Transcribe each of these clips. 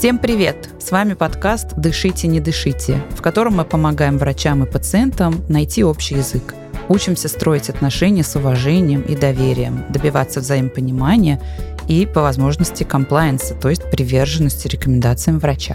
Всем привет! С вами подкаст «Дышите, не дышите», в котором мы помогаем врачам и пациентам найти общий язык. Учимся строить отношения с уважением и доверием, добиваться взаимопонимания и, по возможности, комплаенса, то есть приверженности рекомендациям врача.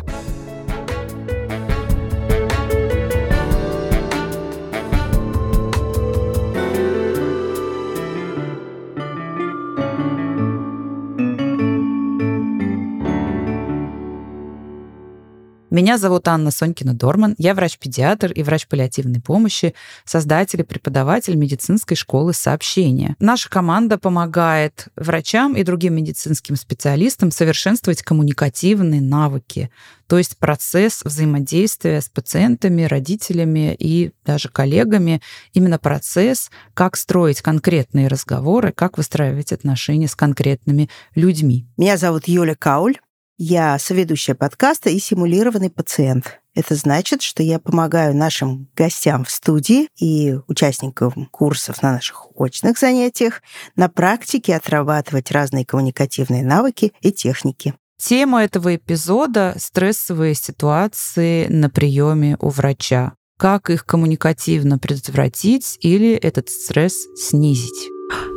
Меня зовут Анна Сонькина-Дорман, я врач-педиатр и врач паллиативной помощи, создатель и преподаватель медицинской школы сообщения. Наша команда помогает врачам и другим медицинским специалистам совершенствовать коммуникативные навыки, то есть процесс взаимодействия с пациентами, родителями и даже коллегами, именно процесс, как строить конкретные разговоры, как выстраивать отношения с конкретными людьми. Меня зовут Юля Кауль. Я соведущая подкаста и симулированный пациент. Это значит, что я помогаю нашим гостям в студии и участникам курсов на наших очных занятиях на практике отрабатывать разные коммуникативные навыки и техники. Тема этого эпизода — стрессовые ситуации на приеме у врача. Как их коммуникативно предотвратить или этот стресс снизить?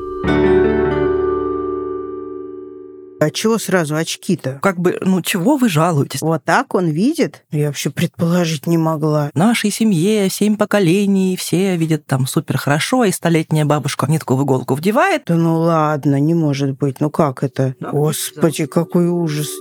А чего сразу очки-то? Чего вы жалуетесь? Вот так он видит? Я вообще предположить не могла. В нашей семье 7 поколений, все видят там супер хорошо, и 100-летняя бабушка нитку в иголку вдевает. Да ну ладно, не может быть. Ну как это? Да, Господи, какой ужас.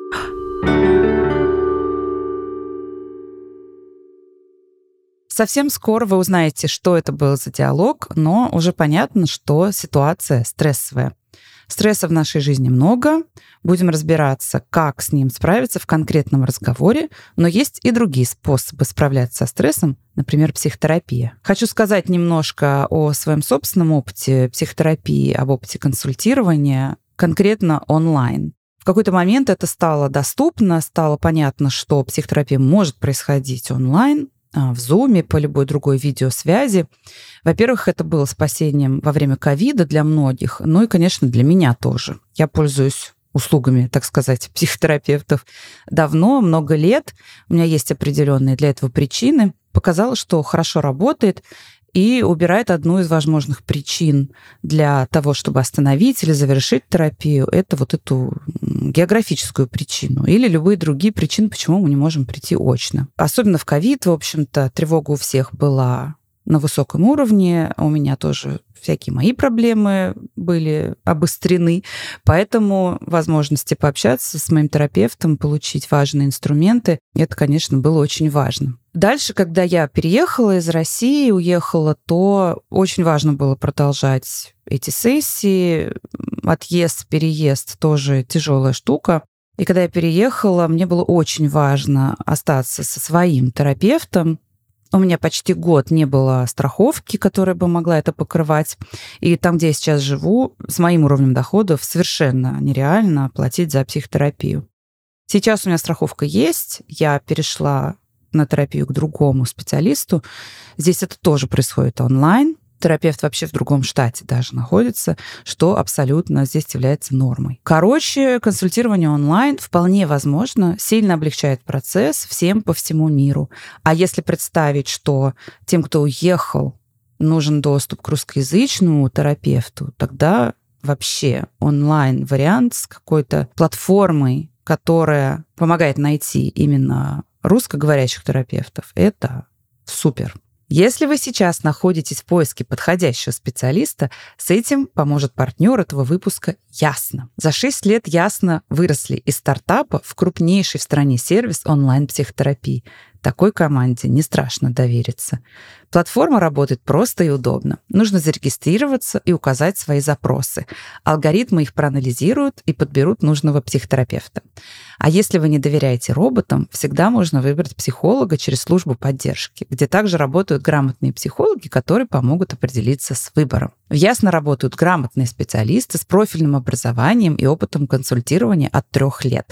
Совсем скоро вы узнаете, что это был за диалог, но уже понятно, что ситуация стрессовая. Стресса в нашей жизни много. Будем разбираться, как с ним справиться в конкретном разговоре, но есть и другие способы справляться со стрессом, например, психотерапия. Хочу сказать немножко о своем собственном опыте психотерапии, об опыте консультирования, конкретно онлайн. В какой-то момент это стало доступно, стало понятно, что психотерапия может происходить онлайн, в Zoom, по любой другой видеосвязи. Во-первых, это было спасением во время ковида для многих, ну и, конечно, для меня тоже. Я пользуюсь услугами, так сказать, психотерапевтов давно, много лет. У меня есть определенные для этого причины. Показалось, что хорошо работает и убирает одну из возможных причин для того, чтобы остановить или завершить терапию. Это вот эту географическую причину или любые другие причины, почему мы не можем прийти очно. Особенно в ковид, в общем-то, тревога у всех была на высоком уровне. У меня тоже всякие мои проблемы были обострены. Поэтому возможности пообщаться с моим терапевтом, получить важные инструменты, это, конечно, было очень важно. Дальше, когда я переехала из России, уехала, то очень важно было продолжать эти сессии. Отъезд, переезд тоже тяжелая штука. И когда я переехала, мне было очень важно остаться со своим терапевтом. У меня почти год не было страховки, которая бы могла это покрывать. И там, где я сейчас живу, с моим уровнем доходов совершенно нереально платить за психотерапию. Сейчас у меня страховка есть. Я перешла на терапию к другому специалисту. Здесь это тоже происходит онлайн. Терапевт вообще в другом штате даже находится, что абсолютно здесь является нормой. Короче, консультирование онлайн вполне возможно, сильно облегчает процесс всем по всему миру. А если представить, что тем, кто уехал, нужен доступ к русскоязычному терапевту, тогда вообще онлайн-вариант с какой-то платформой, которая помогает найти именно русскоговорящих терапевтов, это супер. Если вы сейчас находитесь в поиске подходящего специалиста, с этим поможет партнер этого выпуска Ясно. За 6 лет Ясно выросли из стартапа в крупнейший в стране сервис онлайн-психотерапии. Такой команде не страшно довериться. Платформа работает просто и удобно. Нужно зарегистрироваться и указать свои запросы. Алгоритмы их проанализируют и подберут нужного психотерапевта. А если вы не доверяете роботам, всегда можно выбрать психолога через службу поддержки, где также работают грамотные психологи, которые помогут определиться с выбором. В Ясно работают грамотные специалисты с профильным образованием и опытом консультирования от 3 лет.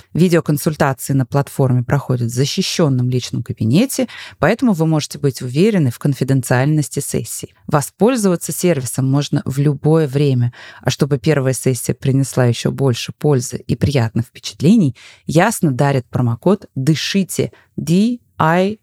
Видеоконсультации на платформе проходят в защищенном личном кабинете, поэтому вы можете быть уверены в конфиденциальности конфиденциальности сессий. Воспользоваться сервисом можно в любое время, а чтобы первая сессия принесла еще больше пользы и приятных впечатлений, Ясно дарит промокод «Дышите» DISHITE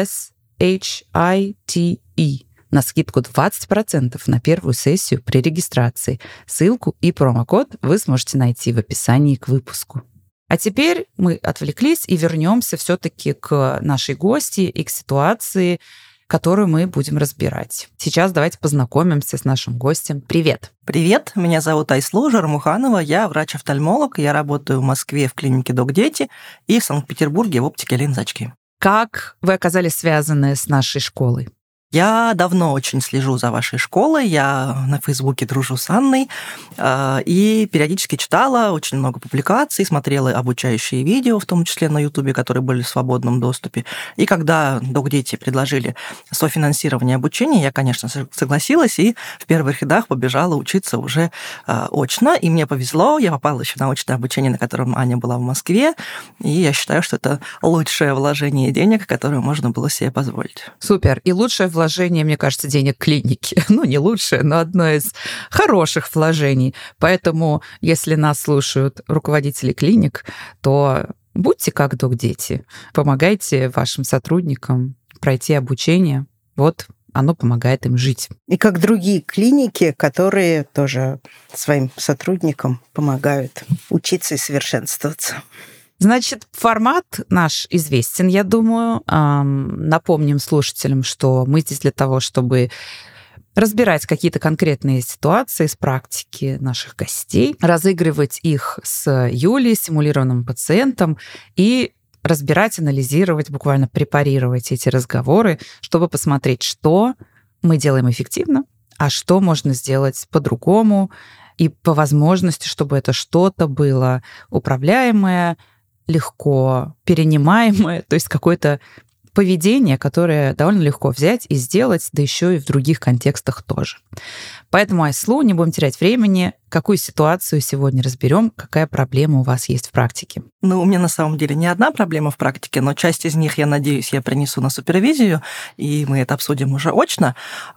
на скидку 20% на первую сессию при регистрации. Ссылку и промокод вы сможете найти в описании к выпуску. А теперь мы отвлеклись и вернемся все-таки к нашей гости и к ситуации, которую мы будем разбирать. Сейчас давайте познакомимся с нашим гостем. Привет! Привет, меня зовут Айслу Жармуханова, я врач-офтальмолог, я работаю в Москве в клинике Док-Дети и в Санкт-Петербурге в оптике «Линзочки». Как вы оказались связаны с нашей школой? Я давно очень слежу за вашей школой, я на Фейсбуке дружу с Анной, и периодически читала очень много публикаций, смотрела обучающие видео, в том числе на Ютубе, которые были в свободном доступе. И когда Док-Дети предложили софинансирование обучения, я, конечно, согласилась и в первых рядах побежала учиться уже очно. И мне повезло, я попала еще на очное обучение, на котором Аня была в Москве, и я считаю, что это лучшее вложение денег, которое можно было себе позволить. Супер. И лучшее вложение, мне кажется, денег клиники. Ну, не лучшее, но одно из хороших вложений. Поэтому, если нас слушают руководители клиник, то будьте как Док-Дети. Помогайте вашим сотрудникам пройти обучение. Вот оно помогает им жить. И как другие клиники, которые тоже своим сотрудникам помогают учиться и совершенствоваться. Значит, формат наш известен, я думаю. Напомним слушателям, что мы здесь для того, чтобы разбирать какие-то конкретные ситуации с практики наших гостей, разыгрывать их с Юлей, симулированным пациентом, и разбирать, анализировать, буквально препарировать эти разговоры, чтобы посмотреть, что мы делаем эффективно, а что можно сделать по-другому, и по возможности, чтобы это что-то было управляемое, легко перенимаемое, то есть какое-то поведение, которое довольно легко взять и сделать, да еще и в других контекстах тоже. Поэтому, Айслу, не будем терять времени. Какую ситуацию сегодня разберем? Какая проблема у вас есть в практике? Ну, у меня на самом деле не одна проблема в практике, но часть из них, я надеюсь, я принесу на супервизию, и мы это обсудим уже очно.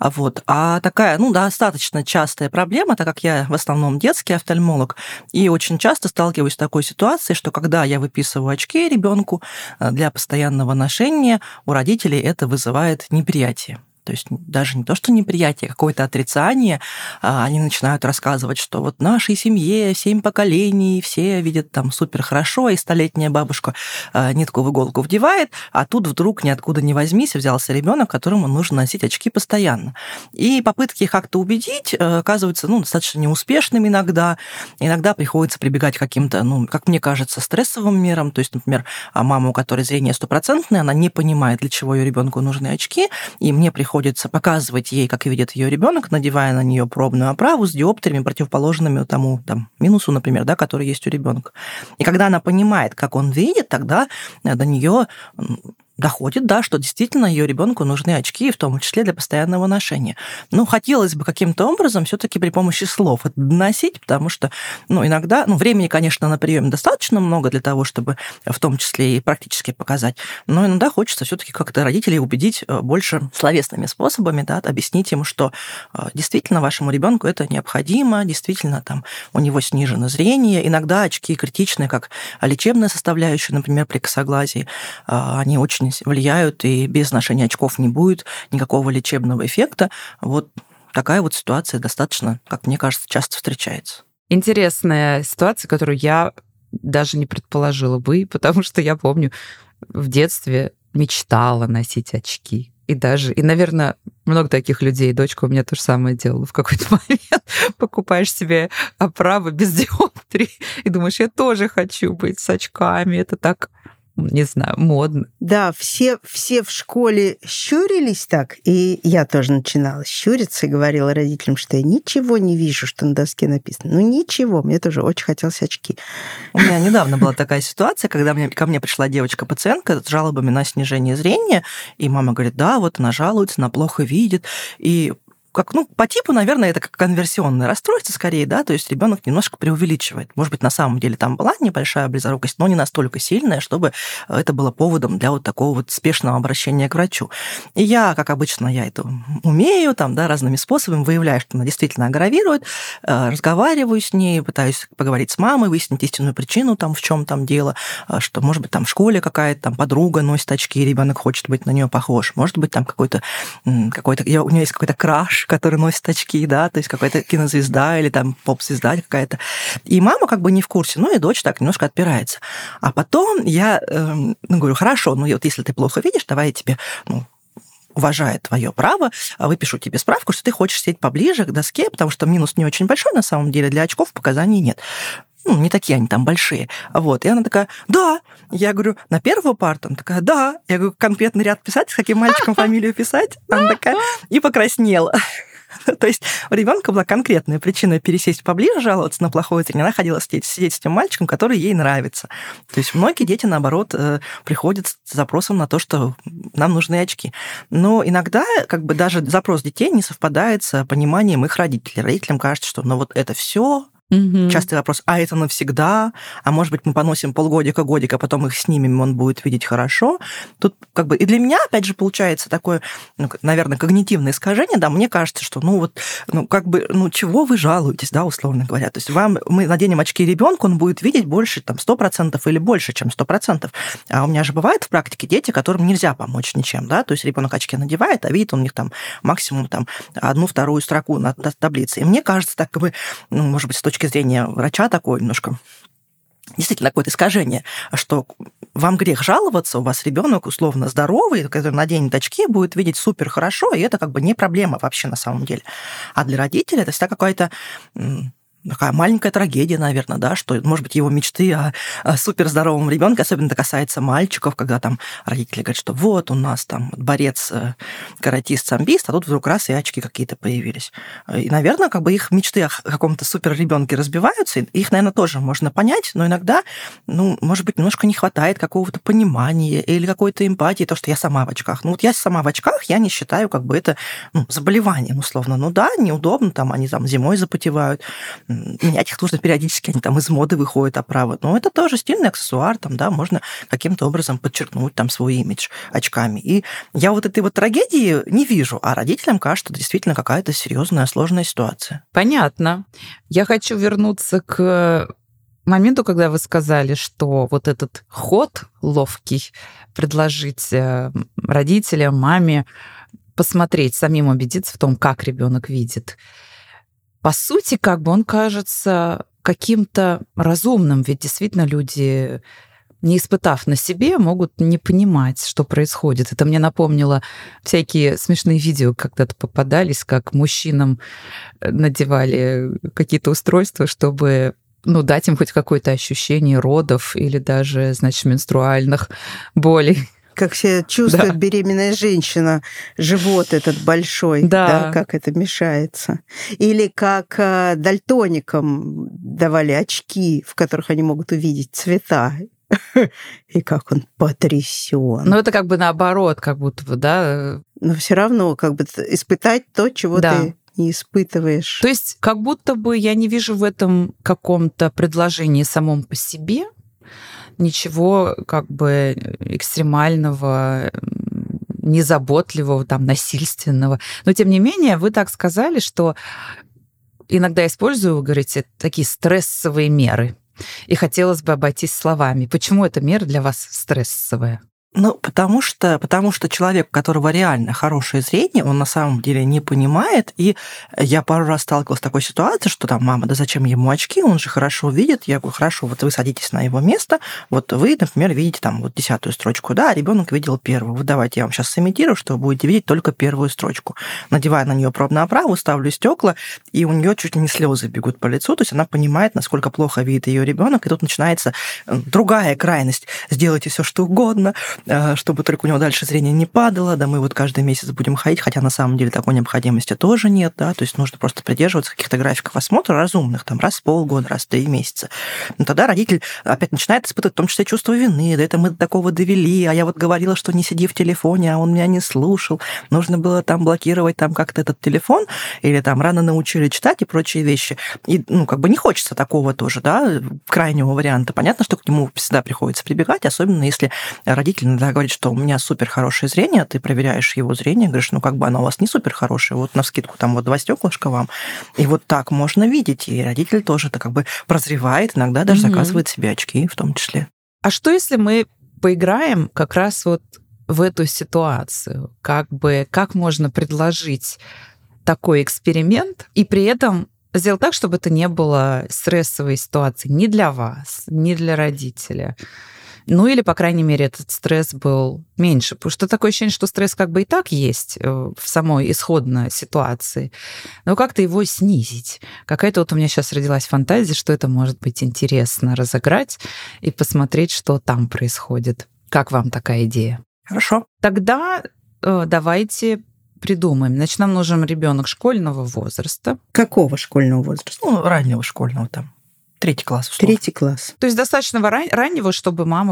А такая, достаточно частая проблема, так как я в основном детский офтальмолог, и очень часто сталкиваюсь с такой ситуацией, что когда я выписываю очки ребенку для постоянного ношения, у родителей это вызывает неприятие. То есть даже не то, что неприятие, а какое-то отрицание. Они начинают рассказывать, что вот в нашей семье 7 поколений, все видят там супер хорошо, и 100-летняя бабушка нитку в иголку вдевает, а тут вдруг ниоткуда ни возьмись взялся ребенок, которому нужно носить очки постоянно. И попытки их как-то убедить оказываются достаточно неуспешными иногда. Иногда приходится прибегать к каким-то, как мне кажется, стрессовым мерам. То есть, например, мама, у которой зрение 100%, она не понимает, для чего ее ребенку нужны очки, и мне приходится показывать ей, как видит ее ребенок, надевая на нее пробную оправу с диоптриями, противоположными тому минусу, например, который есть у ребенка. И когда она понимает, как он видит, тогда до нее доходит, что действительно ее ребенку нужны очки, в том числе для постоянного ношения. Хотелось бы каким-то образом все-таки при помощи слов это доносить, потому что, иногда, времени, конечно, на приеме достаточно много для того, чтобы в том числе и практически показать, но иногда хочется все-таки как-то родителей убедить больше словесными способами, объяснить ему, что действительно вашему ребенку это необходимо, действительно у него снижено зрение, иногда очки критичны, как лечебная составляющая, например, при косоглазии, они очень влияют, и без ношения очков не будет никакого лечебного эффекта. Такая ситуация достаточно, как мне кажется, часто встречается. Интересная ситуация, которую я даже не предположила бы, потому что я помню, в детстве мечтала носить очки. И, наверное, много таких людей. Дочка у меня то же самое делала в какой-то момент. Покупаешь себе оправы без диоптрий и думаешь, я тоже хочу быть с очками. Это так, не знаю, модно. Да, все в школе щурились так, и я тоже начинала щуриться и говорила родителям, что я ничего не вижу, что на доске написано. Ничего, мне тоже очень хотелось очки. У меня недавно была такая ситуация, когда ко мне пришла девочка-пациентка с жалобами на снижение зрения, и мама говорит, она жалуется, она плохо видит, и по типу, наверное, это как конверсионное расстройство скорее, да, то есть ребенок немножко преувеличивает. Может быть, на самом деле там была небольшая близорукость, но не настолько сильная, чтобы это было поводом для вот такого вот спешного обращения к врачу. И я, как обычно, я это умею, там, да, разными способами, выявляю, что она действительно агравирует, разговариваю с ней, пытаюсь поговорить с мамой, выяснить истинную причину, там, в чем там дело, что, может быть, там в школе какая-то там подруга носит очки, и ребенок хочет быть на нее похож, может быть, там у нее есть какой-то краш, который носит очки, да, то есть какая-то кинозвезда или там поп-звезда какая-то. И мама как бы не в курсе, и дочь так немножко отпирается. А потом я говорю, хорошо, вот если ты плохо видишь, давай я тебе, уважая твое право, выпишу тебе справку, что ты хочешь сидеть поближе к доске, потому что минус не очень большой на самом деле, для очков показаний нет. Не такие они там большие. И она такая, да. Я говорю, на первую парту? Она такая, да. Я говорю, конкретный ряд писать, с каким мальчиком фамилию писать? Она такая, и покраснела. То есть у ребенка была конкретная причина пересесть поближе, жаловаться на плохое зрение. Она хотела сидеть с тем мальчиком, который ей нравится. То есть многие дети, наоборот, приходят с запросом на то, что нам нужны очки. Но иногда даже запрос детей не совпадает с пониманием их родителей. Родителям кажется, что это все. Частый вопрос, а это навсегда? А может быть, мы поносим полгодика-годика, потом их снимем, он будет видеть хорошо? Тут и для меня, опять же, получается такое, наверное, когнитивное искажение, да, мне кажется, что, чего вы жалуетесь, да, условно говоря. То есть мы наденем очки ребенку, он будет видеть больше, 100% или больше, чем 100%. А у меня же бывают в практике дети, которым нельзя помочь ничем, да, то есть ребенок очки надевает, а видит он у них максимум 1-2 строку на таблице. И мне кажется, может быть, с точки зрения врача такое немножко действительно какое-то искажение, что вам грех жаловаться, у вас ребенок условно здоровый, который наденет очки, будет видеть супер хорошо, и это не проблема вообще на самом деле. А для родителей это всегда какая-то такая маленькая трагедия, наверное, да, что, может быть, его мечты о суперздоровом ребенке, особенно это касается мальчиков, когда там родители говорят, что вот у нас там борец, каратист, самбист, а тут вдруг раз и очки какие-то появились. И, наверное, их мечты о каком-то суперребенке разбиваются, и их, наверное, тоже можно понять, но иногда, может быть, немножко не хватает какого-то понимания или какой-то эмпатии, то, что я сама в очках. Я сама в очках, я не считаю это заболеванием, условно. Неудобно, они зимой запотевают, менять их нужно периодически, они из моды выходят оправы. Но это тоже стильный аксессуар, можно каким-то образом подчеркнуть свой имидж очками. И я этой трагедии не вижу, а родителям кажется, что это действительно какая-то серьезная, сложная ситуация. Понятно. Я хочу вернуться к моменту, когда вы сказали, что этот ход ловкий предложить родителям, маме посмотреть, самим убедиться в том, как ребенок видит. По сути, он кажется каким-то разумным, ведь действительно люди, не испытав на себе, могут не понимать, что происходит. Это мне напомнило всякие смешные видео, когда-то попадались, как мужчинам надевали какие-то устройства, чтобы дать им хоть какое-то ощущение родов или даже, менструальных болей. Как себя чувствует беременная женщина, живот этот большой, как это мешается. Или как дальтоникам давали очки, в которых они могут увидеть цвета. И как он потрясен. Это наоборот, как будто бы, да. Но все равно испытать то, чего ты не испытываешь. То есть как будто бы я не вижу в этом каком-то предложении самом по себе ничего экстремального, незаботливого, насильственного. Но, тем не менее, вы так сказали, что иногда использую, вы говорите, такие стрессовые меры. И хотелось бы обойтись словами. Почему эта мера для вас стрессовая? Потому что человек, у которого реально хорошее зрение, он на самом деле не понимает. И я пару раз сталкивалась с такой ситуацией, что мама, да зачем ему очки, он же хорошо видит. Я говорю, хорошо, вы садитесь на его место, вы, например, видите 10-ю строчку, да, а ребенок видел первую. Давайте я вам сейчас сымитирую, что вы будете видеть только первую строчку. Надеваю на нее пробную оправу, ставлю стекла, и у нее чуть ли не слезы бегут по лицу, то есть она понимает, насколько плохо видит ее ребенок, и тут начинается другая крайность. Сделайте все, что угодно, чтобы только у него дальше зрение не падало, да мы вот каждый месяц будем ходить, хотя на самом деле такой необходимости тоже нет, да, то есть нужно просто придерживаться каких-то графиков осмотра разумных, там раз в полгода, раз в 3 месяца. Но тогда родитель опять начинает испытывать в том числе чувство вины, да это мы до такого довели, а я вот говорила, что не сиди в телефоне, а он меня не слушал, нужно было там блокировать там как-то этот телефон, или там рано научили читать и прочие вещи. И, не хочется такого тоже, да, крайнего варианта. Понятно, что к нему всегда приходится прибегать, особенно если родитель иногда говорит, что у меня супер хорошее зрение, ты проверяешь его зрение, говоришь, оно у вас не супер хорошее, вот навскидку там вот 2 стеклышка вам, и вот так можно видеть, и родитель тоже это прозревает, иногда даже заказывает себе очки в том числе. А что, если мы поиграем как раз вот в эту ситуацию? Как можно предложить такой эксперимент и при этом сделать так, чтобы это не было стрессовой ситуацией ни для вас, ни для родителя. Или, по крайней мере, этот стресс был меньше. Потому что такое ощущение, что стресс и так есть в самой исходной ситуации. Но как-то его снизить. Какая-то вот у меня сейчас родилась фантазия, что это может быть интересно разыграть и посмотреть, что там происходит. Как вам такая идея? Хорошо. Тогда давайте придумаем. Значит, нам нужен ребенок школьного возраста. Какого школьного возраста? Раннего школьного там. 3 класс. Условно. 3 класс. То есть достаточно раннего, чтобы мама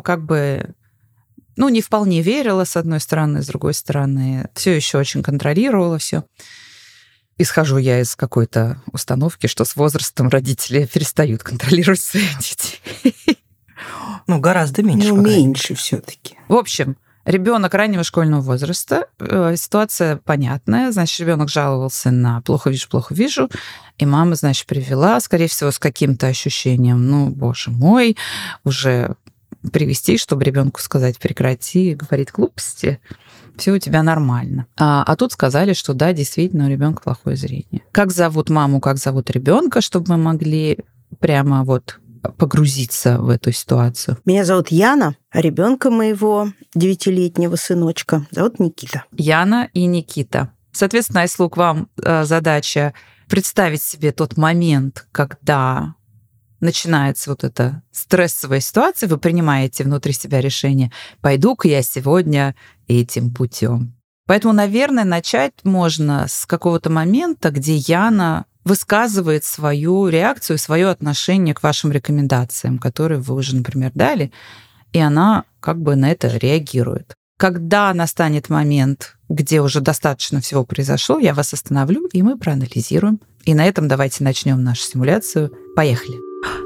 не вполне верила, с одной стороны, с другой стороны, все еще очень контролировала все. Исхожу я из какой-то установки, что с возрастом родители перестают контролировать своих детей. Гораздо меньше. Меньше все-таки. В общем, ребенок раннего школьного возраста, ситуация понятная, значит, ребенок жаловался на плохо вижу, и мама, значит, привела, скорее всего, с каким-то ощущением, боже мой, уже привести, чтобы ребенку сказать, прекрати говорить глупости, все у тебя нормально. А тут сказали, что да, действительно, у ребенка плохое зрение. Как зовут маму, как зовут ребенка, чтобы мы могли прямо погрузиться в эту ситуацию? Меня зовут Яна, а ребенка моего 9-летнего сыночка зовут Никита. Яна и Никита. Соответственно, если к вам задача представить себе тот момент, когда начинается вот эта стрессовая ситуация, вы принимаете внутри себя решение, пойду-ка я сегодня этим путем. Поэтому, наверное, начать можно с какого-то момента, где Яна высказывает свою реакцию, свое отношение к вашим рекомендациям, которые вы уже, например, дали, и она на это реагирует. Когда настанет момент, где уже достаточно всего произошло, я вас остановлю, и мы проанализируем. И на этом давайте начнем нашу симуляцию. Поехали.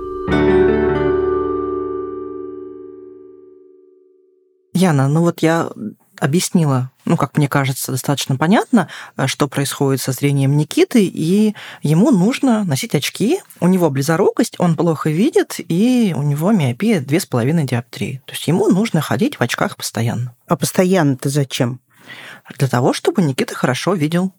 Яна, я объяснила, как мне кажется, достаточно понятно, что происходит со зрением Никиты, и ему нужно носить очки, у него близорукость, он плохо видит, и у него миопия 2,5 диоптрии. То есть ему нужно ходить в очках постоянно. А постоянно-то зачем? Для того, чтобы Никита хорошо видел.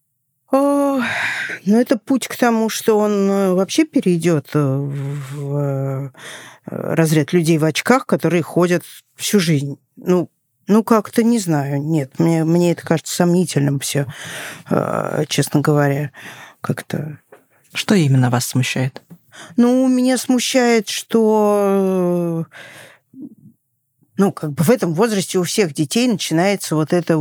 Это путь к тому, что он вообще перейдет в разряд людей в очках, которые ходят всю жизнь. Как-то не знаю. Нет, мне это кажется сомнительным все, честно говоря. Как-то... Что именно вас смущает? Меня смущает, что... в этом возрасте у всех детей начинается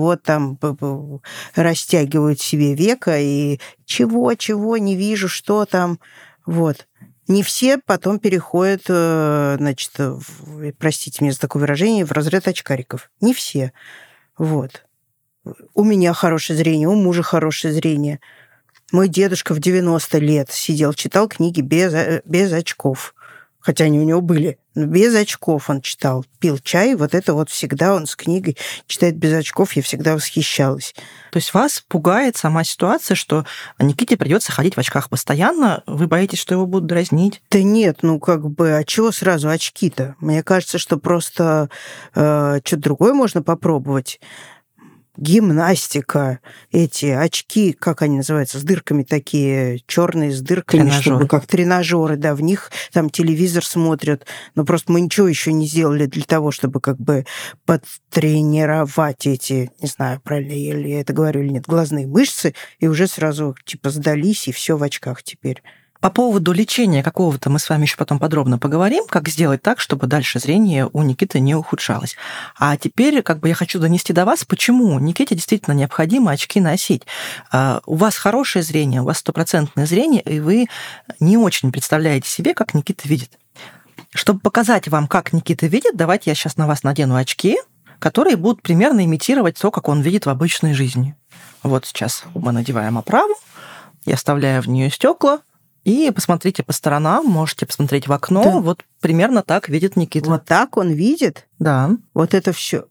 растягивают себе века, и чего, не вижу, что там. Не все потом переходят, простите меня за такое выражение, в разряд очкариков. Не все. У меня хорошее зрение, у мужа хорошее зрение. Мой дедушка в 90 лет сидел, читал книги без очков. Хотя они у него были. Но без очков он читал. Пил чай. Всегда он с книгой читает без очков. Я всегда восхищалась. То есть вас пугает сама ситуация, что Никите придется ходить в очках постоянно? Вы боитесь, что его будут дразнить? Да нет, а чего сразу очки-то? Мне кажется, что просто что-то другое можно попробовать. Гимнастика, эти очки, как они называются, с дырками такие, черные с дырками, чтобы как тренажеры, да, в них там телевизор смотрят. Но просто мы ничего еще не сделали для того, чтобы потренировать эти, не знаю, правильно я это говорю или нет, глазные мышцы, и уже сразу сдались, и все в очках теперь. По поводу лечения какого-то мы с вами еще потом подробно поговорим, как сделать так, чтобы дальше зрение у Никиты не ухудшалось. А теперь я хочу донести до вас, почему Никите действительно необходимо очки носить. У вас хорошее зрение, у вас 100% зрение, и вы не очень представляете себе, как Никита видит. Чтобы показать вам, как Никита видит, давайте я сейчас на вас надену очки, которые будут примерно имитировать то, как он видит в обычной жизни. Вот сейчас мы надеваем оправу, я вставляю в нее стекла, и посмотрите по сторонам, можете посмотреть в окно. Да. Вот примерно так видит Никита. Вот так он видит? Да. Вот это все.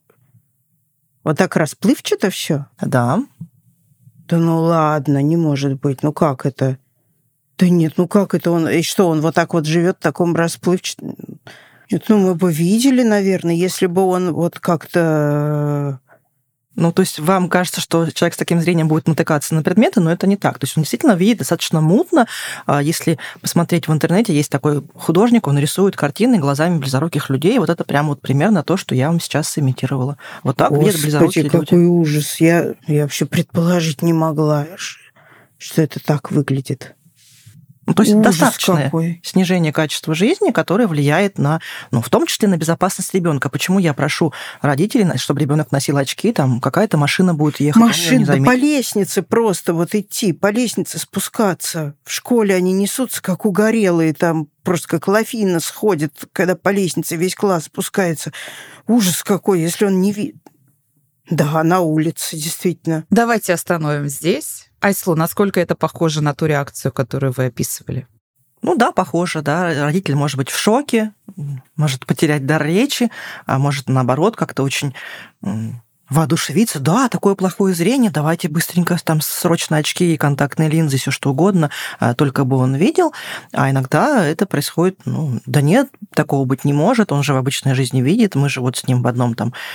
Вот так расплывчато все? Да. Да ну ладно, не может быть. Ну как это? Да нет, ну как это он? И что, он вот так вот живет в таком расплывчатом? Нет, ну мы бы видели, наверное, если бы он вот как-то... Ну, то есть вам кажется, что человек с таким зрением будет натыкаться на предметы, но это не так. То есть он действительно видит достаточно мутно. Если посмотреть в интернете, есть такой художник, он рисует картины глазами близоруких людей. Вот это прямо вот примерно то, что я вам сейчас сымитировала. Вот так видят близорукие люди. Какой ужас. Я вообще предположить не могла, что это так выглядит. Ну, то есть достаточное снижение качества жизни, которое влияет на, в том числе на безопасность ребенка. Почему я прошу родителей, чтобы ребенок носил очки, там какая-то машина будет ехать. Машина, да по лестнице просто вот идти, по лестнице спускаться. В школе они несутся, как угорелые, там просто как лавина сходит, когда по лестнице весь класс спускается. Ужас какой, если он не видит. Да, на улице, действительно. Давайте остановим здесь. Айслу, насколько это похоже на ту реакцию, которую вы описывали? Ну да, похоже, да. Родитель может быть в шоке, может потерять дар речи, а может, наоборот, как-то очень воодушевиться. Да, такое плохое зрение, давайте быстренько там срочно очки и контактные линзы, все что угодно, только бы он видел. А иногда это происходит, да нет, такого быть не может, он же в обычной жизни видит, мы же вот с ним в одном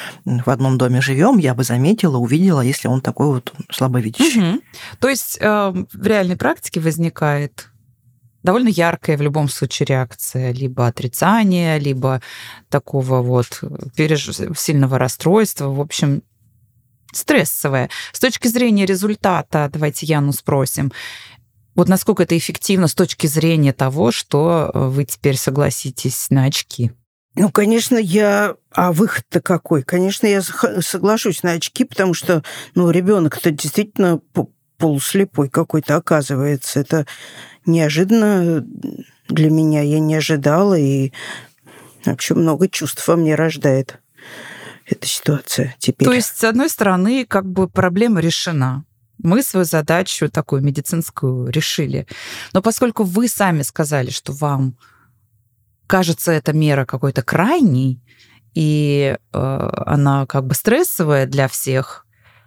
доме живем, я бы заметила, увидела, если он такой вот слабовидящий. Угу. То есть в реальной практике возникает довольно яркая в любом случае реакция, либо отрицание, либо такого вот сильного расстройства, в общем, стрессовое. С точки зрения результата, давайте Яну спросим, вот насколько это эффективно с точки зрения того, что вы теперь согласитесь на очки? Ну, конечно, А выход-то какой? Конечно, я соглашусь на очки, потому что, ребенок-то действительно полуслепой какой-то оказывается. Это неожиданно для меня. Я не ожидала, и вообще много чувств во мне рождает эта ситуация теперь. То есть, с одной стороны, проблема решена. Мы свою задачу такую медицинскую решили. Но поскольку вы сами сказали, что вам кажется эта мера какой-то крайней, и она стрессовая для всех,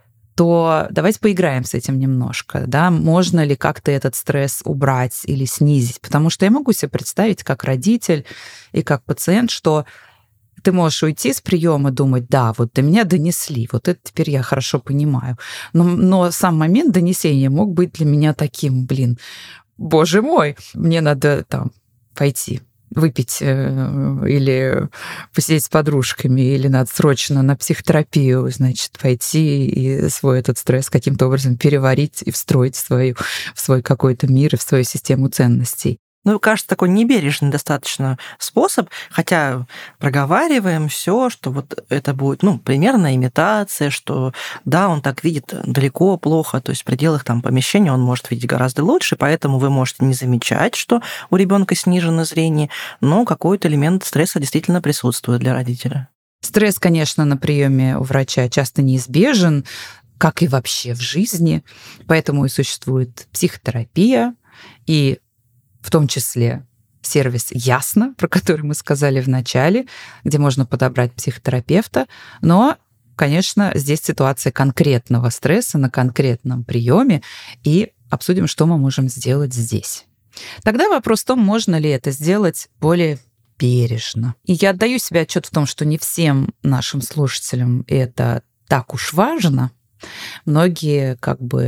то давайте поиграем с этим немножко. Да? Можно ли как-то этот стресс убрать или снизить? Потому что я могу себе представить, как родитель и как пациент, что ты можешь уйти с приема и думать, да, вот до меня донесли, вот это теперь я хорошо понимаю. Но сам момент донесения мог быть для меня таким, боже мой, мне надо пойти выпить или посидеть с подружками, или надо срочно на психотерапию, пойти и свой этот стресс каким-то образом переварить и встроить в свой какой-то мир и в свою систему ценностей. Кажется, такой небережный достаточно способ, хотя проговариваем все, что вот это будет, примерно имитация, что да, он так видит далеко плохо, то есть в пределах помещения он может видеть гораздо лучше, поэтому вы можете не замечать, что у ребенка снижено зрение, но какой-то элемент стресса действительно присутствует для родителя. Стресс, конечно, на приеме у врача часто неизбежен, как и вообще в жизни, поэтому и существует психотерапия, и в том числе сервис «Ясно», про который мы сказали в начале, где можно подобрать психотерапевта. Но, конечно, здесь ситуация конкретного стресса на конкретном приеме, и обсудим, что мы можем сделать здесь. Тогда вопрос в том, можно ли это сделать более бережно. И я отдаю себе отчет в том, что не всем нашим слушателям это так уж важно. Многие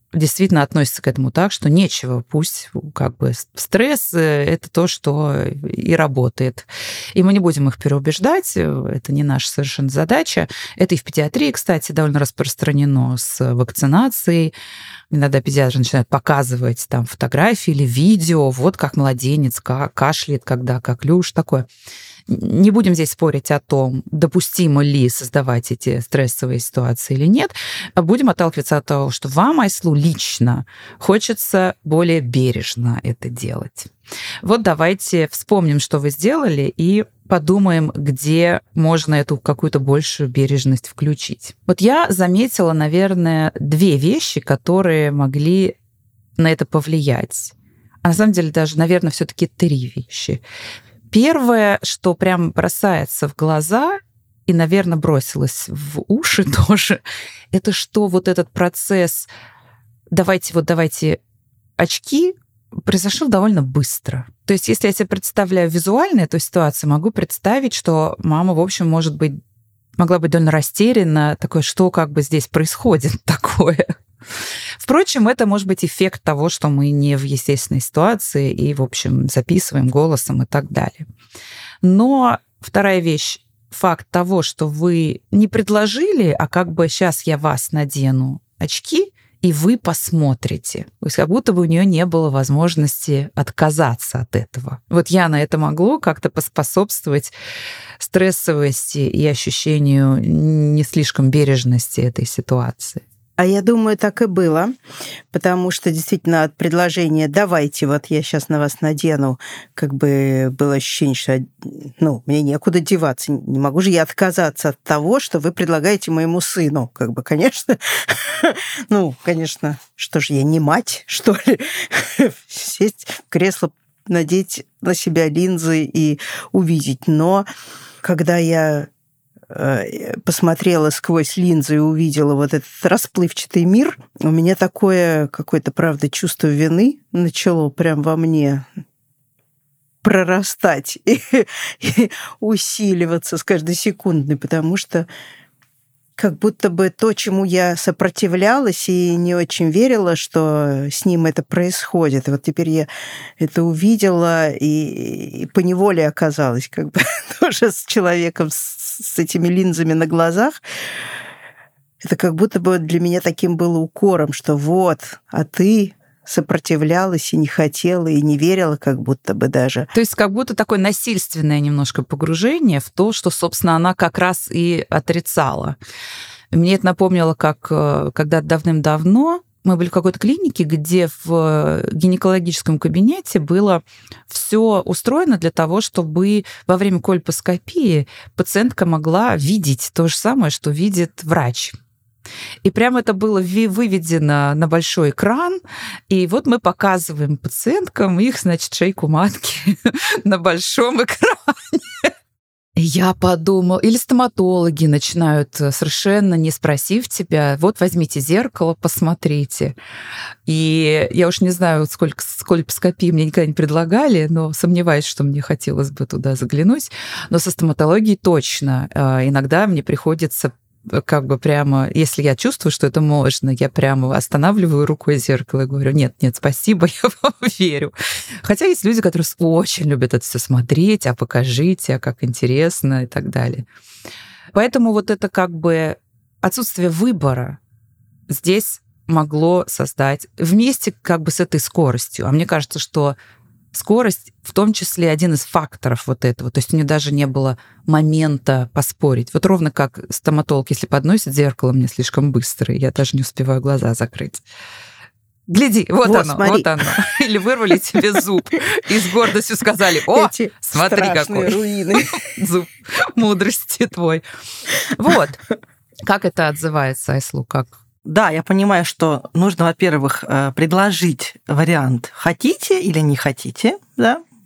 действительно относится к этому так, что нечего, пусть как бы стресс — это то, что и работает. И мы не будем их переубеждать, это не наша совершенно задача. Это и в педиатрии, кстати, довольно распространено с вакцинацией. Иногда педиатры начинают показывать там фотографии или видео, вот как младенец кашляет, когда коклюш, такое. Не будем здесь спорить о том, допустимо ли создавать эти стрессовые ситуации или нет, а будем отталкиваться от того, что вам, Айслу, лично хочется более бережно это делать. Вот давайте вспомним, что вы сделали, и подумаем, где можно эту какую-то большую бережность включить. Вот я заметила, наверное, 2 вещи, которые могли на это повлиять. А на самом деле даже, наверное, все-таки 3 вещи. Первое, что прям бросается в глаза и, наверное, бросилось в уши тоже, это что вот этот процесс «давайте очки» произошел довольно быстро. То есть если я себе представляю визуально эту ситуацию, могу представить, что мама, в общем, могла быть довольно растеряна, такое, что как бы здесь происходит такое. Впрочем, это может быть эффект того, что мы не в естественной ситуации и, в общем, записываем голосом и так далее. Но вторая вещь, факт того, что вы не предложили, а как бы сейчас я вас надену очки, и вы посмотрите. То есть как будто бы у нее не было возможности отказаться от этого. Вот я на это могло как-то поспособствовать стрессовости и ощущению не слишком бережности этой ситуации. А я думаю, так и было, потому что действительно от предложения «давайте, вот я сейчас на вас надену», как бы было ощущение, что мне некуда деваться, не могу же я отказаться от того, что вы предлагаете моему сыну. Как бы, конечно, конечно, что же я, не мать, что ли? Сесть в кресло, надеть на себя линзы и увидеть. Но когда я посмотрела сквозь линзы и увидела вот этот расплывчатый мир, у меня такое какое-то, правда, чувство вины начало прям во мне прорастать и усиливаться с каждой секундой, потому что как будто бы то, чему я сопротивлялась и не очень верила, что с ним это происходит. И вот теперь я это увидела и поневоле оказалась как бы тоже с человеком с этими линзами на глазах. Это как будто бы для меня таким было укором, что вот, а ты сопротивлялась и не хотела, и не верила, как будто бы даже. То есть как будто такое насильственное немножко погружение в то, что, собственно, она как раз и отрицала. Мне это напомнило, как когда давным-давно мы были в какой-то клинике, где в гинекологическом кабинете было все устроено для того, чтобы во время кольпоскопии пациентка могла видеть то же самое, что видит врач. И прямо это было выведено на большой экран, и вот мы показываем пациенткам их, значит, шейку матки на большом экране. Я подумала, или стоматологи начинают, совершенно не спросив тебя, вот возьмите зеркало, посмотрите. И я уж не знаю, сколько кольпоскопий мне никогда не предлагали, но сомневаюсь, что мне хотелось бы туда заглянуть. Но со стоматологией точно. Иногда мне приходится как бы прямо, если я чувствую, что это можно, я прямо останавливаю рукой зеркало и говорю, нет, спасибо, я вам верю. Хотя есть люди, которые очень любят это все смотреть, а покажите, а как интересно и так далее. Поэтому вот это как бы отсутствие выбора здесь могло создать вместе как бы с этой скоростью. А мне кажется, что скорость в том числе один из факторов вот этого. То есть у нее даже не было момента поспорить. Вот ровно как стоматолог, если подносит зеркало мне слишком быстро, я даже не успеваю глаза закрыть. Гляди, вот оно, смотри. Вот оно. Или вырвали тебе зуб и с гордостью сказали, о, эти смотри какой руины. Зуб мудрости твой. Вот. Как это отзывается, Айслу, как? Да, я понимаю, что нужно, во-первых, предложить вариант «хотите или не хотите», да,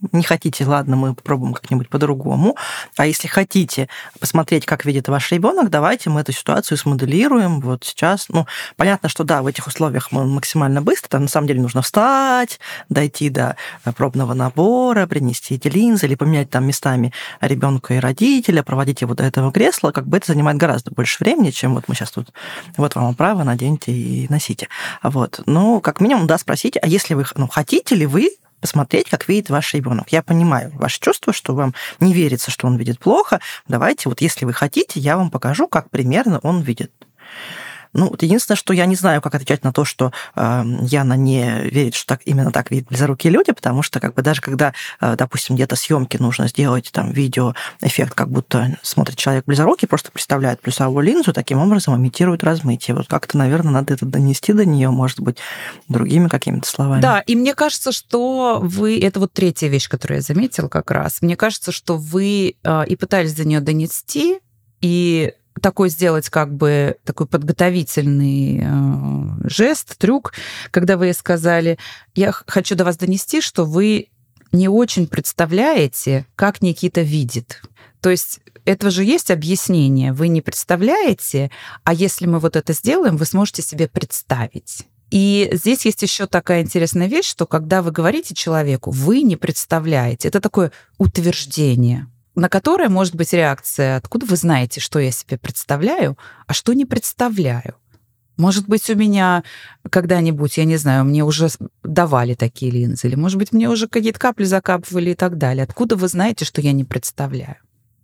Не хотите, ладно, мы попробуем как-нибудь по-другому. А если хотите посмотреть, как видит ваш ребенок, давайте мы эту ситуацию смоделируем вот сейчас. Ну, понятно, что да, в этих условиях мы максимально быстро, там на самом деле нужно встать, дойти до пробного набора, принести эти линзы или поменять там местами ребенка и родителя, проводить его до этого кресла, как бы это занимает гораздо больше времени, чем вот мы сейчас тут, вот вам оправа, наденьте и носите. Вот. Ну, как минимум, да, спросите, а если вы, хотите ли вы посмотреть, как видит ваш ребенок? Я понимаю ваше чувство, что вам не верится, что он видит плохо. Давайте, вот если вы хотите, я вам покажу, как примерно он видит. Ну, вот единственное, что я не знаю, как отвечать на то, что Яна не верит, что именно так видят близорукие люди, потому что как бы даже когда, допустим, где-то съемки нужно сделать, там, видеоэффект, как будто смотрит человек близорукий, просто представляет плюсовую линзу, таким образом имитирует размытие. Вот как-то, наверное, надо это донести до нее, может быть, другими какими-то словами. Да, и мне кажется, что вы... Это вот третья вещь, которую я заметила как раз. Мне кажется, что вы и пытались до нее донести, и такой сделать как бы такой подготовительный жест, трюк, когда вы сказали, я хочу до вас донести, что вы не очень представляете, как Никита видит. То есть этого же есть объяснение. Вы не представляете, а если мы вот это сделаем, вы сможете себе представить. И здесь есть еще такая интересная вещь, что когда вы говорите человеку, вы не представляете, это такое утверждение, на которое может быть реакция, откуда вы знаете, что я себе представляю, а что не представляю. Может быть, у меня когда-нибудь, я не знаю, мне уже давали такие линзы, или, может быть, мне уже какие-то капли закапывали и так далее. Откуда вы знаете, что я не представляю?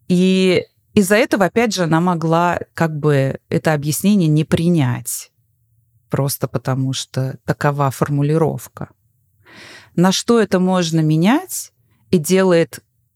И из-за этого, опять же, она могла как бы это объяснение не принять, просто потому что такова формулировка. На что это можно менять и делает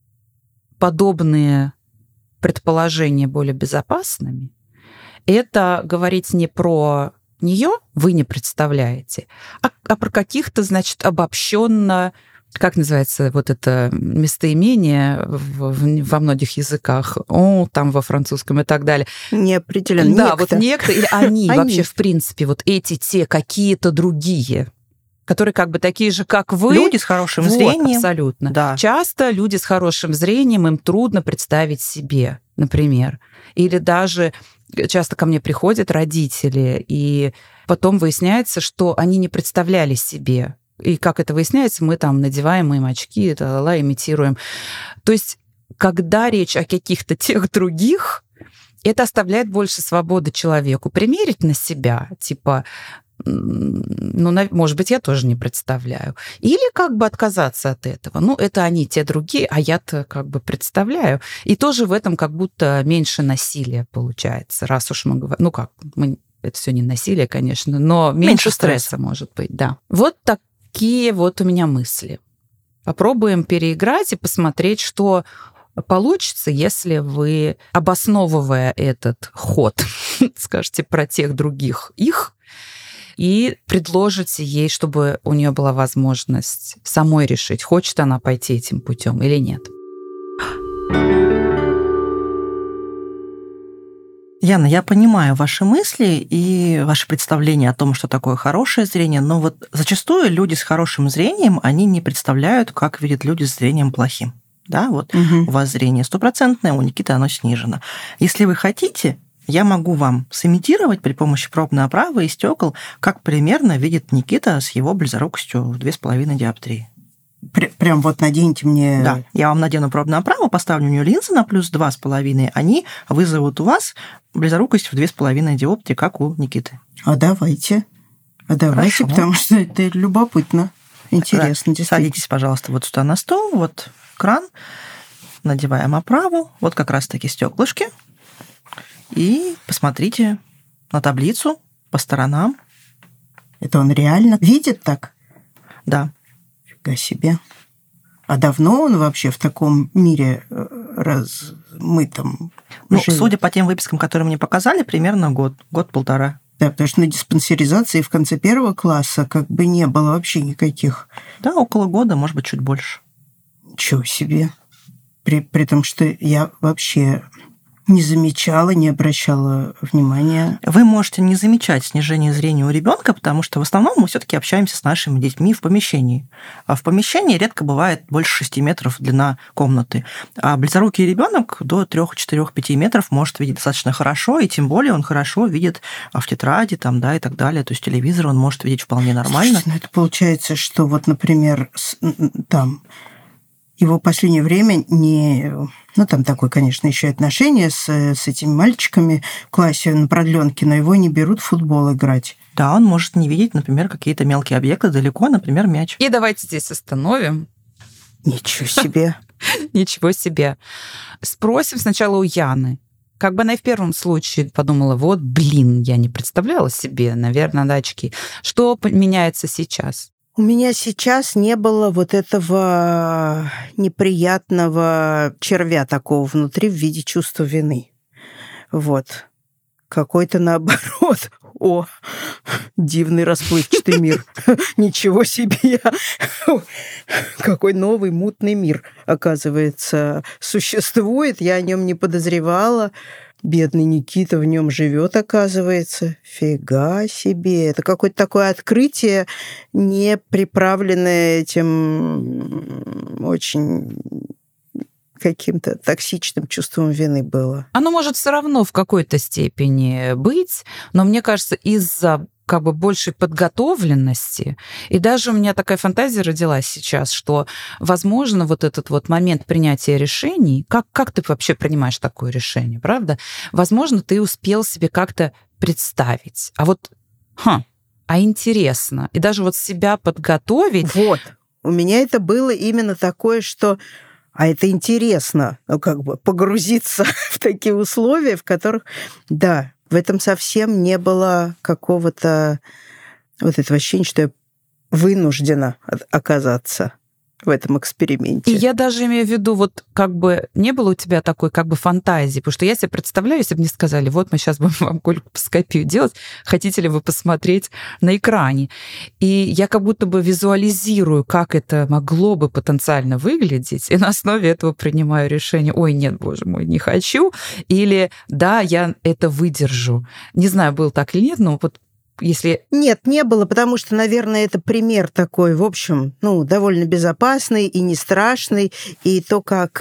подобные предположения более безопасными, это говорить не про нее, вы не представляете, а про каких-то, значит, обобщенно, как называется вот это местоимение во многих языках, там во французском и так далее. Неопределенно. Да, некто. Вот некто или они вообще, в принципе, вот эти, те, какие-то другие, которые как бы такие же, как вы. Люди с хорошим зрением. Абсолютно. Да. Часто люди с хорошим зрением, им трудно представить себе, например. Или даже часто ко мне приходят родители, и потом выясняется, что они не представляли себе. И как это выясняется, мы там надеваем им очки, имитируем. То есть, когда речь о каких-то тех других, это оставляет больше свободы человеку примерить на себя, типа, может быть, я тоже не представляю. Или как бы отказаться от этого. Это они, те другие, а я-то как бы представляю. И тоже в этом как будто меньше насилия получается, раз уж мы говорим... это все не насилие, конечно, но меньше стресса может быть, да. Вот такие вот у меня мысли. Попробуем переиграть и посмотреть, что получится, если вы, обосновывая этот ход, скажете про тех других их, и предложите ей, чтобы у нее была возможность самой решить, хочет она пойти этим путем или нет. Яна, я понимаю ваши мысли и ваши представления о том, что такое хорошее зрение, но вот зачастую люди с хорошим зрением, они не представляют, как видят люди с зрением плохим. Да, вот у вас зрение 100%, у Никиты оно снижено. Если вы хотите, я могу вам сымитировать при помощи пробной оправы и стекол, как примерно видит Никита с его близорукостью в 2,5 диоптрии. Прям вот наденьте мне... Да, я вам надену пробную оправу, поставлю у нее линзы на плюс 2,5, они вызовут у вас близорукость в 2,5 диоптрии, как у Никиты. А давайте, Хорошо. Потому что это любопытно, интересно. Да. Садитесь, пожалуйста, вот сюда на стол, вот кран, надеваем оправу, вот как раз-таки стеклышки, и посмотрите на таблицу по сторонам. Это он реально видит так? Да. Фига себе. А давно он вообще в таком мире размытом живет? Судя по тем выпискам, которые мне показали, примерно год-полтора. Да, потому что на диспансеризации в конце 1 класса как бы не было вообще никаких. Да, около года, может быть, чуть больше. Ничего себе. При том, что я вообще Не замечала, не обращала внимания. Вы можете не замечать снижение зрения у ребенка, потому что в основном мы все-таки общаемся с нашими детьми в помещении. А в помещении редко бывает больше 6 метров длина комнаты. А близорукий ребенок до 3, 4, 5 метров может видеть достаточно хорошо, и тем более он хорошо видит в тетради там, да, и так далее. То есть телевизор он может видеть вполне нормально. Слушайте, это получается, что вот, например, там его в последнее время не... Ну, там такое, конечно, еще отношение с этими мальчиками в классе на продленке, но его не берут в футбол играть. Да, он может не видеть, например, какие-то мелкие объекты далеко, например, мяч. И давайте здесь остановим. Ничего себе. Ничего себе. Спросим сначала у Яны. Как бы она и в первом случае подумала, вот, блин, я не представляла себе, наверное, надо очки. Что меняется сейчас? У меня сейчас не было вот этого неприятного червя такого внутри в виде чувства вины. Вот. Какой-то наоборот. О, дивный расплывчатый мир. Ничего себе! Какой новый мутный мир, оказывается, существует. Я о нем не подозревала. Бедный Никита в нем живет, оказывается. Фига себе. Это какое-то такое открытие, не приправленное этим очень каким-то токсичным чувством вины было. Оно может все равно в какой-то степени быть, но мне кажется, из-за как бы большей подготовленности. И даже у меня такая фантазия родилась сейчас, что, возможно, вот этот вот момент принятия решений, как ты вообще принимаешь такое решение, правда? Возможно, ты успел себе как-то представить. А вот, интересно. И даже вот себя подготовить. Вот. У меня это было именно такое, что это интересно, как бы погрузиться в такие условия, в которых, да, в этом совсем не было какого-то вот этого ощущения, что я вынуждена оказаться в этом эксперименте. И я даже имею в виду, вот как бы не было у тебя такой как бы фантазии, потому что я себе представляю, если бы мне сказали, вот мы сейчас будем вам кольпоскопию делать, хотите ли вы посмотреть на экране? И я как будто бы визуализирую, как это могло бы потенциально выглядеть, и на основе этого принимаю решение, ой, нет, боже мой, не хочу, или да, я это выдержу. Не знаю, был так или нет, но вот если... Нет, не было, потому что, наверное, это пример такой, в общем, довольно безопасный и не страшный. И то, как,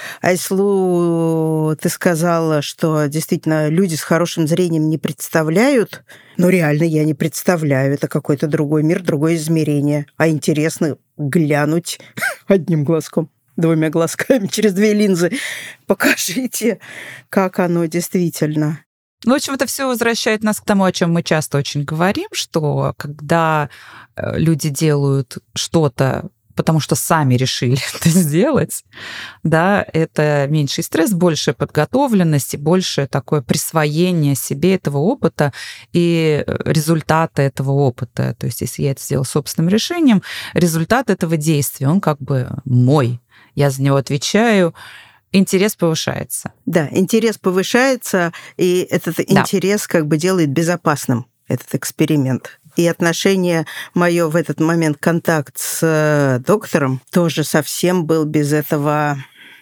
Айслу, ты сказала, что действительно люди с хорошим зрением не представляют, реально я не представляю. Это какой-то другой мир, другое измерение. А интересно глянуть одним глазком, 2 глазками через 2 линзы. Покажите, как оно действительно... В общем, это все возвращает нас к тому, о чем мы часто очень говорим, что когда люди делают что-то, потому что сами решили это сделать, да, это меньший стресс, большая подготовленность и большее такое присвоение себе этого опыта и результата этого опыта. То есть если я это сделала собственным решением, результат этого действия, он как бы мой. Я за него отвечаю. Интерес повышается. Да, интерес повышается, и этот интерес как бы делает безопасным этот эксперимент. И отношение мое в этот момент, контакт с доктором, тоже совсем был без этого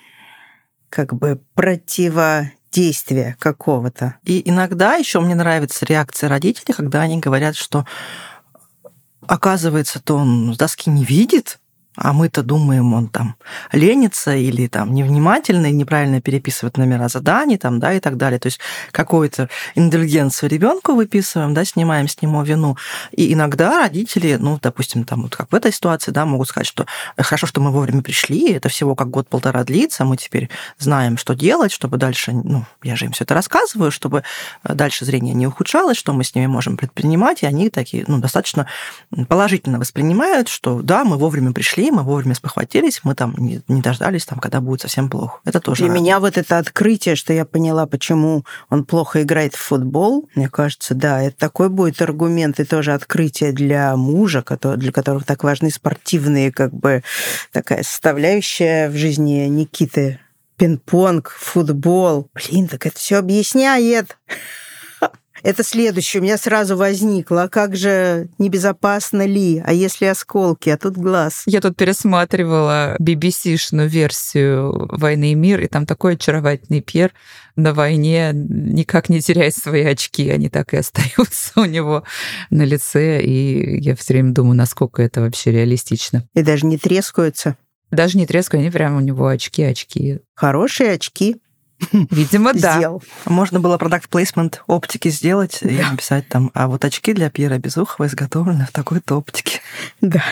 как бы противодействия какого-то. И иногда еще мне нравится реакция родителей, когда они говорят, что оказывается-то он с доски не видит, а мы-то думаем, он там ленится или там невнимательный, неправильно переписывает номера заданий, там, да, и так далее. То есть какую-то индульгенцию ребенку выписываем, да, снимаем с него вину. И иногда родители, допустим, там, вот как в этой ситуации, да, могут сказать, что хорошо, что мы вовремя пришли, это всего как год-полтора длится, мы теперь знаем, что делать, чтобы дальше, я же им все это рассказываю, чтобы дальше зрение не ухудшалось, что мы с ними можем предпринимать, и они такие, достаточно положительно воспринимают, что да, мы вовремя пришли, мы вовремя спохватились, мы там не дождались, там, когда будет совсем плохо. Это тоже... Для меня вот это открытие, что я поняла, почему он плохо играет в футбол, мне кажется, да, это такой будет аргумент и тоже открытие для мужа, для которого так важны спортивные, как бы, такая составляющая в жизни Никиты. Пинг-понг, футбол. Блин, так это все объясняет. Это следующее. У меня сразу возникло. А как же небезопасно ли? А если осколки? А тут глаз. Я тут пересматривала BBC-шную версию «Войны и мир», и там такой очаровательный Пьер на войне никак не теряет свои очки. Они так и остаются у него на лице. И я все время думаю, насколько это вообще реалистично. И даже не трескаются. Даже не трескают, они прямо у него очки. Хорошие очки. Видимо, да. Сделал. Можно было продакт-плейсмент оптики сделать и написать там, а вот очки для Пьера Безухова изготовлены в такой-то оптике. Да.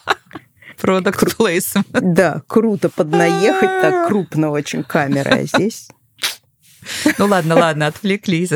Product placement. Да, круто поднаехать, так крупно очень камера, а здесь... Ну ладно, отвлеклись.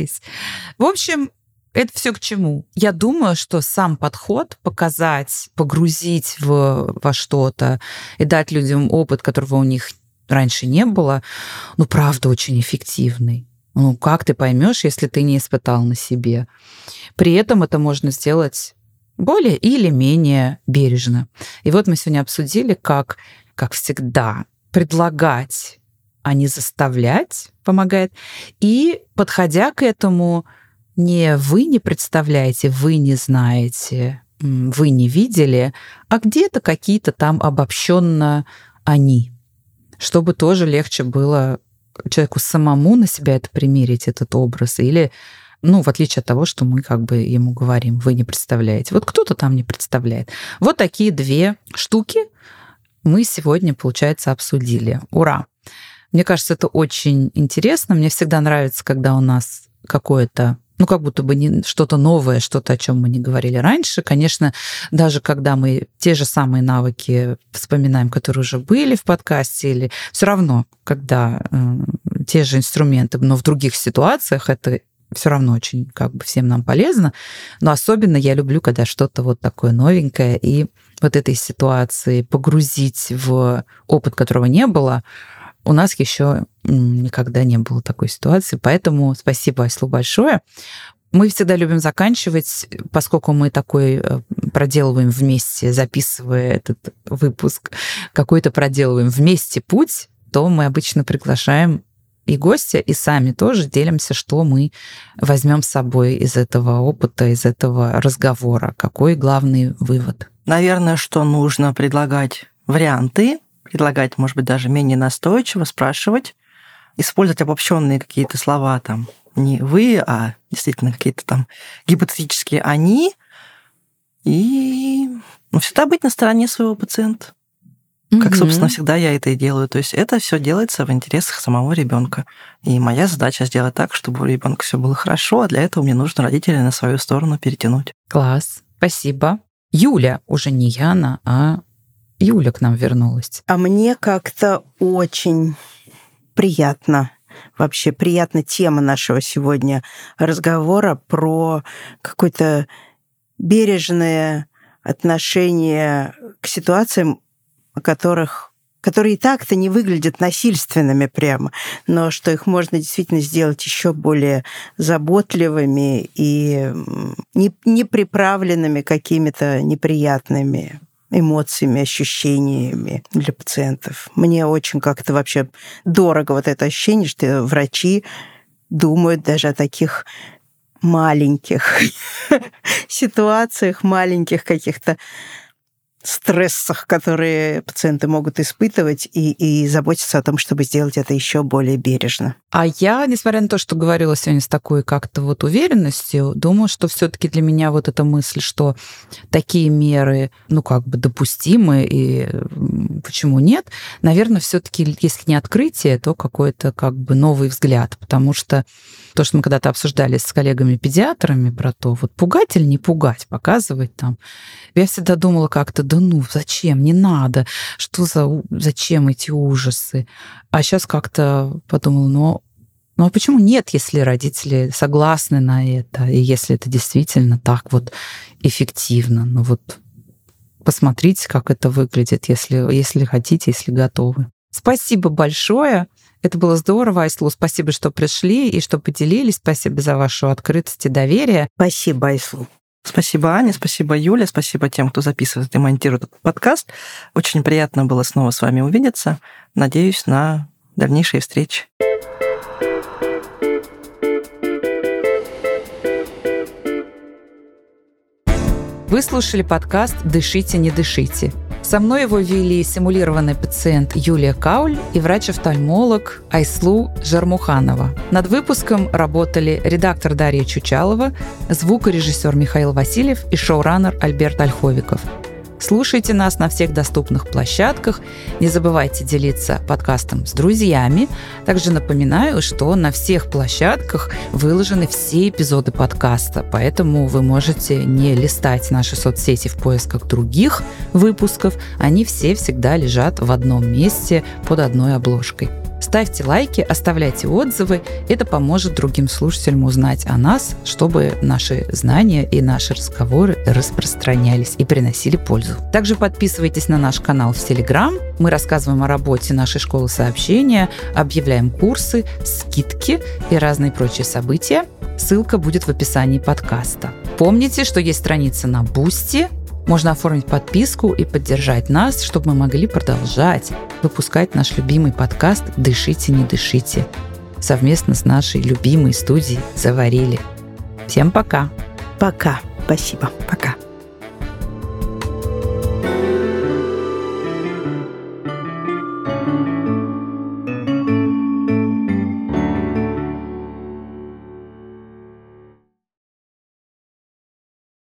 В общем, это все к чему? Я думаю, что сам подход показать, погрузить во что-то и дать людям опыт, которого у них раньше не было, ну, правда, очень эффективный. Ну, как ты поймешь, если ты не испытал на себе? При этом это можно сделать более или менее бережно. И вот мы сегодня обсудили, как всегда, предлагать, а не заставлять помогает. И, подходя к этому, не вы не представляете, вы не знаете, вы не видели, а где-то какие-то там обобщенно они, чтобы тоже легче было человеку самому на себя это примерить, этот образ, или, ну, в отличие от того, что мы как бы ему говорим, вы не представляете. Вот кто-то там не представляет. Вот такие две штуки мы сегодня, получается, обсудили. Ура! Мне кажется, это очень интересно. Мне всегда нравится, когда у нас какое-то, ну, как будто бы не что-то новое, что-то, о чем мы не говорили раньше. Конечно, даже когда мы те же самые навыки вспоминаем, которые уже были в подкасте, или все равно, когда те же инструменты, но в других ситуациях, это все равно очень как бы всем нам полезно. Но особенно я люблю, когда что-то вот такое новенькое, и вот этой ситуации погрузить в опыт, которого не было. У нас еще никогда не было такой ситуации, поэтому спасибо Айслу большое. Мы всегда любим заканчивать, поскольку мы такой проделываем вместе, записывая этот выпуск, какой-то проделываем вместе путь, то мы обычно приглашаем и гостя, и сами тоже делимся, что мы возьмем с собой из этого опыта, из этого разговора. Какой главный вывод? Наверное, что нужно предлагать варианты, предлагать, может быть, даже менее настойчиво, спрашивать, использовать обобщенные какие-то слова, там, не вы, а действительно какие-то там гипотетические «они», и всегда быть на стороне своего пациента. Как, собственно, всегда я это и делаю. То есть это все делается в интересах самого ребенка. И моя задача сделать так, чтобы у ребенка все было хорошо, а для этого мне нужно родителей на свою сторону перетянуть. Класс, спасибо. Юля, уже не Яна, а Юля к нам вернулась. А мне как-то очень приятно, вообще приятна тема нашего сегодня разговора про какое-то бережное отношение к ситуациям, которые и так-то не выглядят насильственными прямо, но что их можно действительно сделать еще более заботливыми и не приправленными какими-то неприятными эмоциями, ощущениями для пациентов. Мне очень как-то вообще дорого вот это ощущение, что врачи думают даже о таких маленьких ситуациях, маленьких каких-то стрессах, которые пациенты могут испытывать, и заботиться о том, чтобы сделать это еще более бережно. А я, несмотря на то, что говорила сегодня с такой как-то вот уверенностью, думаю, что все-таки для меня вот эта мысль, что такие меры, ну, как бы допустимы, и почему нет, наверное, все-таки, если не открытие, то какой-то как бы новый взгляд, потому что то, что мы когда-то обсуждали с коллегами-педиатрами про то, вот пугать или не пугать, показывать там, я всегда думала как-то, да ну, зачем, не надо, зачем эти ужасы? А сейчас как-то подумала, ну а почему нет, если родители согласны на это, и если это действительно так вот эффективно? Ну вот посмотрите, как это выглядит, если хотите, если готовы. Спасибо большое. Это было здорово, Айслу. Спасибо, что пришли и что поделились. Спасибо за вашу открытость и доверие. Спасибо, Айслу. Спасибо, Аня, спасибо, Юля, спасибо тем, кто записывает и монтирует этот подкаст. Очень приятно было снова с вами увидеться. Надеюсь на дальнейшие встречи. Вы слушали подкаст «Дышите, не дышите». Со мной его вели симулированный пациент Юлия Кауль и врач-офтальмолог Айслу Жармуханова. Над выпуском работали редактор Дарья Чучалова, звукорежиссер Михаил Васильев и шоураннер Альберт Ольховиков. Слушайте нас на всех доступных площадках. Не забывайте делиться подкастом с друзьями. Также напоминаю, что на всех площадках выложены все эпизоды подкаста, поэтому вы можете не листать наши соцсети в поисках других выпусков. Они все всегда лежат в одном месте под одной обложкой. Ставьте лайки, оставляйте отзывы. Это поможет другим слушателям узнать о нас, чтобы наши знания и наши разговоры распространялись и приносили пользу. Также подписывайтесь на наш канал в Telegram. Мы рассказываем о работе нашей школы сообщения, объявляем курсы, скидки и разные прочие события. Ссылка будет в описании подкаста. Помните, что есть страница на Boosty. Можно оформить подписку и поддержать нас, чтобы мы могли продолжать выпускать наш любимый подкаст «Дышите, не дышите» совместно с нашей любимой студией «Заварили». Всем пока! Пока. Спасибо. Пока.